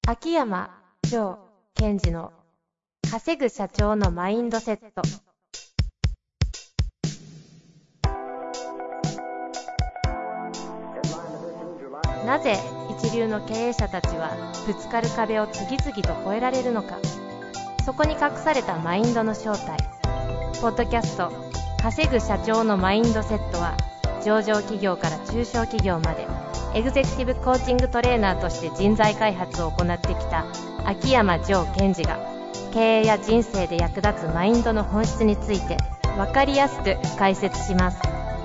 秋山城賢治の稼ぐ社長のマインドセット。なぜ一流の経営者たちはぶつかる壁を次々と越えられるのか。そこに隠されたマインドの正体。ポッドキャスト稼ぐ社長のマインドセットは、上場企業から中小企業までエグゼクティブコーチングトレーナーとして人材開発を行ってきた秋山城賢治が、経営や人生で役立つマインドの本質について分かりやすく解説します。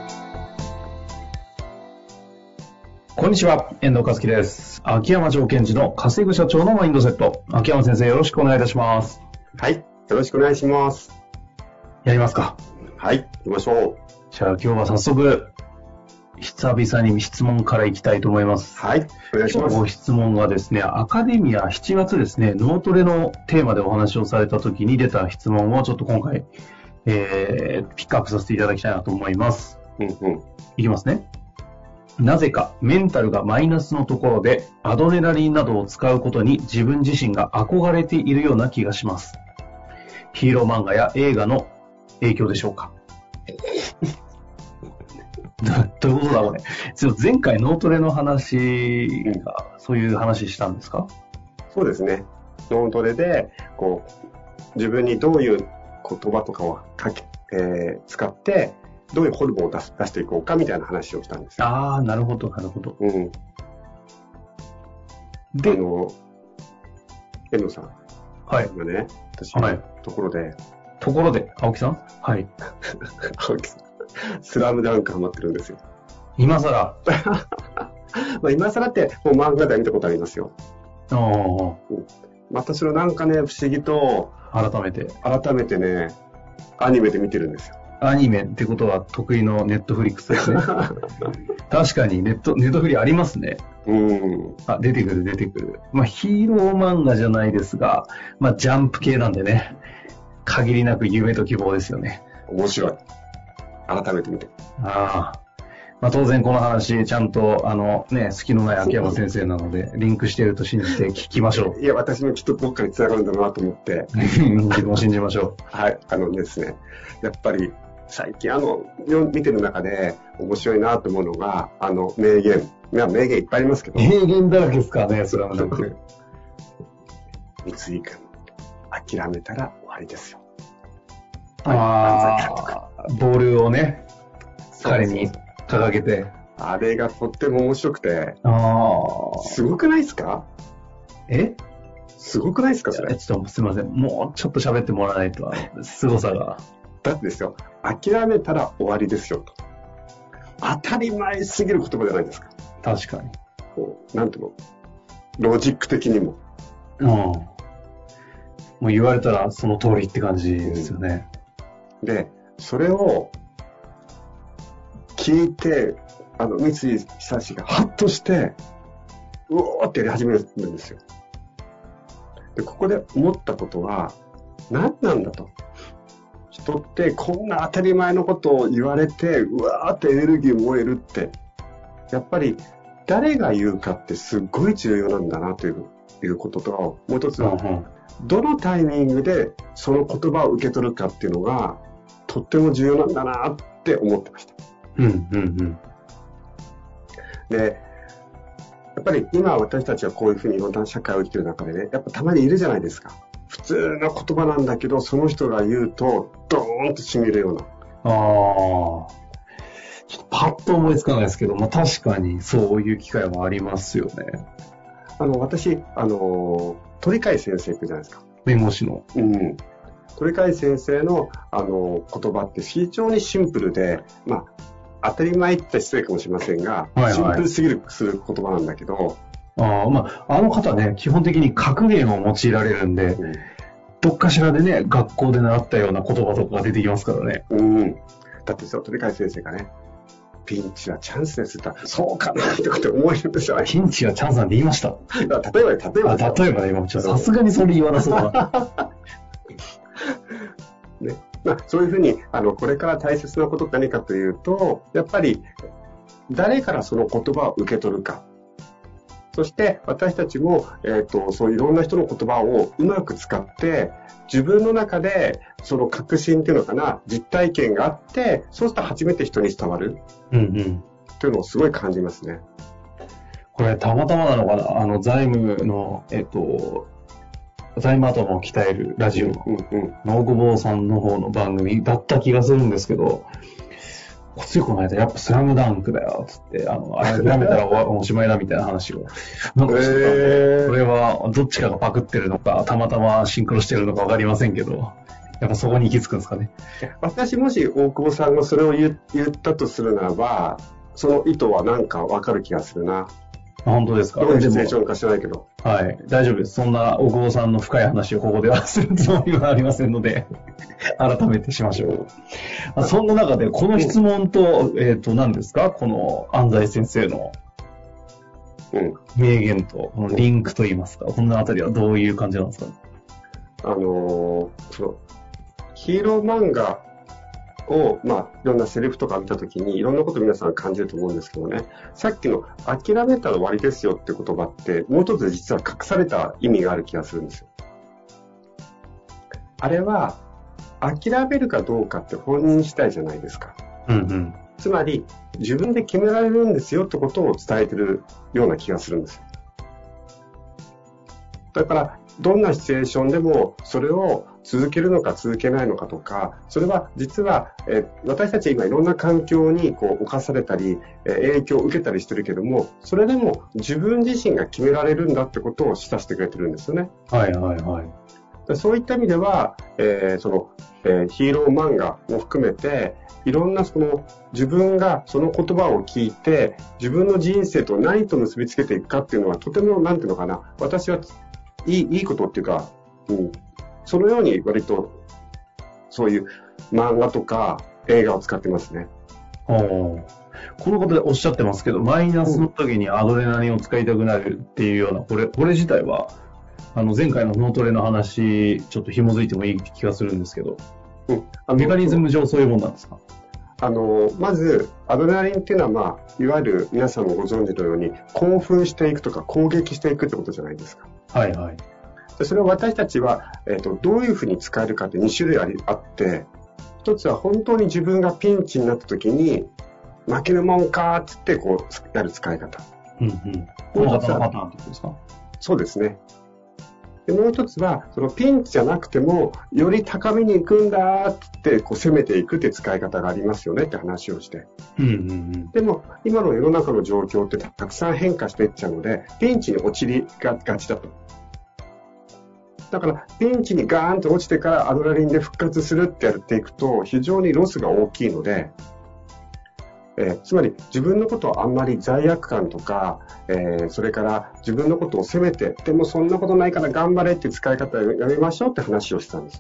こんにちは、遠藤和樹です。秋山城賢治の稼ぐ社長のマインドセット。秋山先生、よろしくお願いいたします。 はい、よろしくお願いします。 やりますか。 はい、行きましょう。 じゃあ今日は早速久々に質問からいきたいと思います。 はい、お願いします。 ご質問はですね、アカデミア7月ですね、脳トレのテーマでお話をされた時に出た質問をちょっと今回、ピックアップさせていただきたいなと思います。いきますね。なぜかメンタルがマイナスのところでアドレナリンなどを使うことに自分自身が憧れているような気がします。ヒーロー漫画や映画の影響でしょうか。どういうことだこれ。前回脳トレの話が、そういう話したんですか？ そうですね。脳トレで自分にどういう言葉とかを使ってどういうホルモンを出していこうかみたいな話をしたんですよ。 ああ、なるほどなるほど。 で、遠藤さん。 はい。 今ね、私のところで、 青木さん？はい。 青木さん。スラムダンクハマってるんですよ。 今更今更ってもう漫画で見たことありますよ。またそれをなんかね、不思議と改めてね、アニメで見てるんですよ。 アニメってことは得意のネットフリックスですね。確かにネットフリありますね。出てくる。ヒーロー漫画じゃないですが、ジャンプ系なんでね、限りなく夢と希望ですよね。 面白い。改めて見て。 当然この話ちゃんと隙のない秋山先生なのでリンクしていると信じて聞きましょう。 いや、私もきっとどっかに繋がるんだなと思って自分を信じましょう。 はい。ですね、やっぱり最近見てる中で面白いなと思うのが名言。名言いっぱいありますけど、 名言だらけですからね。それはなんか三井君、諦めたら終わりですよ。 ボールをね、彼に掲げて。 あれがとっても面白くて。すごくないですか？すごくないですかそれ。 ちょっとすいません。もうちょっと喋ってもらわないと、凄さが。 だってですよ、諦めたら終わりですよと。当たり前すぎる言葉じゃないですか。 確かに。 なんていうの？ロジック的にも。 もう言われたらその通りって感じですよね。 で、それを聞いて、三井久志がハッとして、うおーってやり始めるんですよ。で、ここで思ったことは、何なんだと。人ってこんな当たり前のことを言われて、うわーってエネルギー燃えるって、やっぱり誰が言うかってすっごい重要なんだなということと、もう一つは、どのタイミングでその言葉を受け取るかっていうのが、とっても重要なんだなって思ってました。で、やっぱり今私たちはこういうふうにいろんな社会を生きてる中でね、やっぱたまにいるじゃないですか。普通の言葉なんだけど、その人が言うと、ドーンと染みるような。 ちょっとパッと思いつかないですけど、確かにそういう機会はありますよね。 私、鳥飼先生ってじゃないですか。 弁護士の。 鳥飼先生の、言葉って非常にシンプルで、当たり前って失礼かもしれませんが、シンプルすぎる言葉なんだけど、 あの方ね、基本的に格言を用いられるんで、どっかしらでね、学校で習ったような言葉とかが出てきますからね。 だって鳥飼先生がね、ピンチはチャンスですって言ったら、そうかなってこと思えるんですよね。 ピンチはチャンスなんて言いました。 例えばね、今、さすがにそれ言わなそうだ。 ね、そういうふうにこれから大切なことって何かというと、やっぱり誰からその言葉を受け取るかそして私たちも、そういろんな人の言葉をうまく使って、自分の中でその確信っていうのかな、実体験があって、そうすると初めて人に伝わる。というのをすごい感じますね。 これたまたまなのかな、財務の、財務頭を鍛えるラジオの大久保さんの方の番組だった気がするんですけど、ついこの間やっぱスラムダンクだよつって、あれ諦めたらおしまいだみたいな話をなんかしてたんで、これはどっちかがパクってるのか、たまたまシンクロしてるのかわかりませんけど、やっぱそこに行き着くんですかね。 私もし大久保さんがそれを言ったとするならば、その意図はなんかわかる気がするな。 本当ですか？ どういうシチュエーションか知らないけど。 はい、大丈夫です。そんな大久保さんの深い話をここではするつもりはありませんので、改めてしましょう。そんな中で、この質問と、何ですか？この安西先生の名言と、このリンクといいますか、このあたりはどういう感じなんですか？ そのヒーロー漫画を、いろんなセリフとか見たときにいろんなこと皆さん感じると思うんですけどね、さっきの諦めたら終わりですよって言葉ってもう一つ実は隠された意味がある気がするんですよ。あれは諦めるかどうかって本人次第じゃないですか。つまり自分で決められるんですよってことを伝えてるような気がするんですよ。だからどんなシチュエーションでもそれを続けるのか続けないのかとか、それは実は、私たち今いろんな環境に侵されたり、影響を受けたりしてるけども、それでも自分自身が決められるんだってことを示唆してくれてるんですよね。そういった意味では、ヒーロー漫画も含めていろんな自分がその言葉を聞いて自分の人生と何と結びつけていくかっていうのはとてもなんていうのかな、私はいいことっていうか、そのように割とそういう漫画とか映画を使ってますね。 このことでおっしゃってますけど、マイナスの時にアドレナリンを使いたくなるっていうような、これ自体は前回の脳トレの話ちょっと紐づいてもいい気がするんですけど、メカニズム上そういうものなんですか？ まずアドレナリンっていうのは、いわゆる皆さんもご存知のように興奮していくとか攻撃していくってことじゃないですか。でそれを私たちは、どういうふうに使えるかって2種類あって、一つは本当に自分がピンチになった時に負けるもんかっつってやる使い方。 この方のパターンってことですか？ そうですね。でもう一つはそのピンチじゃなくてもより高めに行くんだって攻めていくって使い方がありますよねって話をして、でも今の世の中の状況ってたくさん変化していっちゃうのでピンチに陥りがちだと。だからピンチにガーンと落ちてからアドレナリンで復活するってやっていくと非常にロスが大きいので、つまり自分のことをあんまり罪悪感とか、それから自分のことを責めてでもそんなことないから頑張れって使い方をやめましょうって話をしたんです。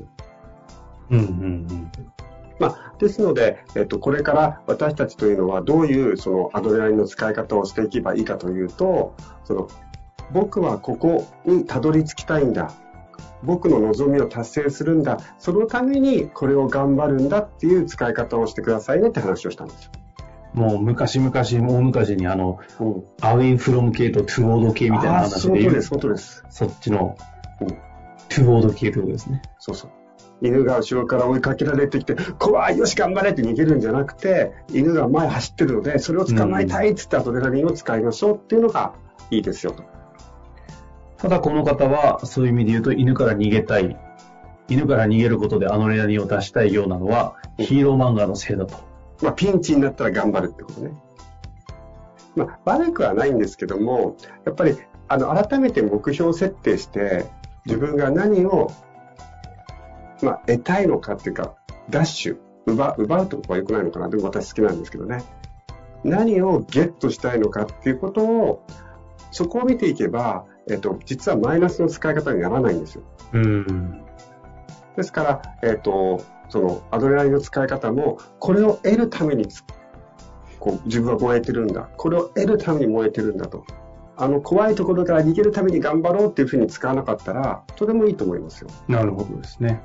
ですので、これから私たちというのはどういうそのアドレナリンの使い方をしていけばいいかというと、僕はここにたどり着きたいんだ、僕の望みを達成するんだ、そのためにこれを頑張るんだっていう使い方をしてくださいねって話をしたんですよ。 もう大昔にアウィンフロム系とトゥオード系みたいな話で言う。 そうです。 そっちの、トゥオード系ってことですね。 犬が後ろから追いかけられてきて怖いよし頑張れって逃げるんじゃなくて、犬が前走ってるのでそれを捕まえたいっつってアドレナリンを使いましょうっていうのがいいですよと。 ただこの方はそういう意味で言うと犬から逃げたい、犬から逃げることでアドレナリンを出したいようなのはヒーロー漫画のせいだと。 ピンチになったら頑張るってことね。悪くはないんですけども、やっぱり改めて目標設定して自分が何を、得たいのかっていうか、ダッシュ奪うとかは良くないのかな。でも私好きなんですけどね、何をゲットしたいのかっていうことを、そこを見ていけば、実はマイナスの使い方にならないんですよ。ですから、そのアドレナリンの使い方もこれを得るために自分は燃えてるんだ、これを得るために燃えてるんだと、怖いところから逃げるために頑張ろうっていうふうに使わなかったらとてもいいと思いますよ。 なるほどですね。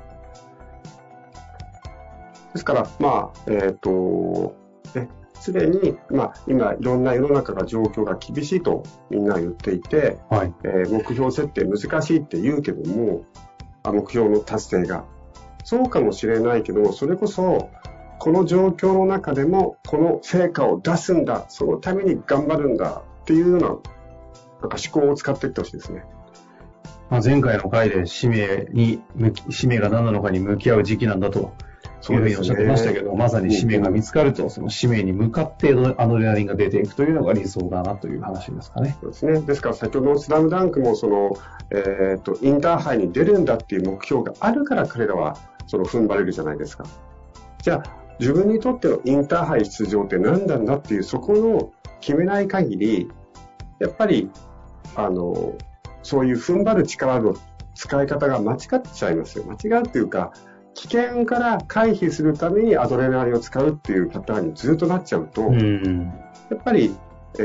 すでに、今、いろんな世の中が状況が厳しいとみんな言っていて、 はい。 目標設定難しいって言うけども、目標の達成が。そうかもしれないけども、それこそ、この状況の中でも、この成果を出すんだ、そのために頑張るんだっていうような、思考を使っていってほしいですね。 前回の回で使命が何なのかに向き合う時期なんだというふうにおっしゃってましたけど、まさに使命が見つかると、その使命に向かってアドレナリンが出ていくというのが理想だなという話ですかね。 そうですね。ですから先ほどのスラムダンクもインターハイに出るんだっていう目標があるから彼らは踏ん張れるじゃないですか。じゃあ自分にとってのインターハイ出場って何なんだっていうそこの決めない限り、やっぱりそういう踏ん張る力の使い方が間違っちゃいますよ。間違うっていうか、危険から回避するためにアドレナリンを使うっていうパターンにずっとなっちゃうと、やっぱり、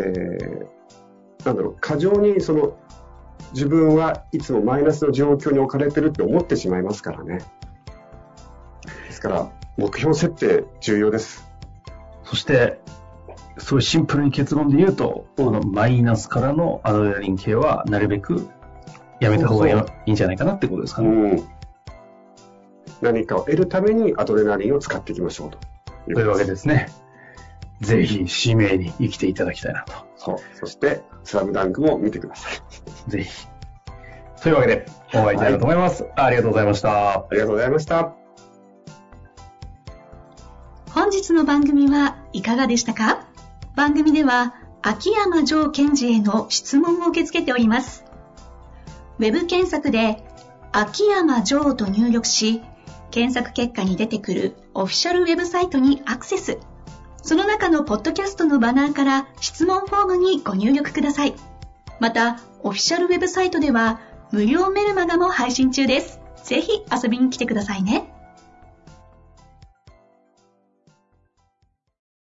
過剰に自分はいつもマイナスの状況に置かれてるって思ってしまいますからね。ですから目標設定重要です。 そしてそういうシンプルに結論で言うと、このマイナスからのアドレナリン系はなるべくやめた方がいいんじゃないかなってことですかね。 何かを得るためにアドレナリンを使っていきましょうというわけですね。ぜひ使命に生きていただきたいなと。 そしてスラムダンクも見てください。ぜひ。というわけで終わりたいなと思います。ありがとうございました。 ありがとうございました。 本日の番組はいかがでしたか？番組では秋山城賢治への質問を受け付けております。ウェブ検索で秋山城と入力し、検索結果に出てくるオフィシャルウェブサイトにアクセス。その中のポッドキャストのバナーから質問フォームにご入力ください。また、オフィシャルウェブサイトでは無料メルマガも配信中です。ぜひ遊びに来てくださいね。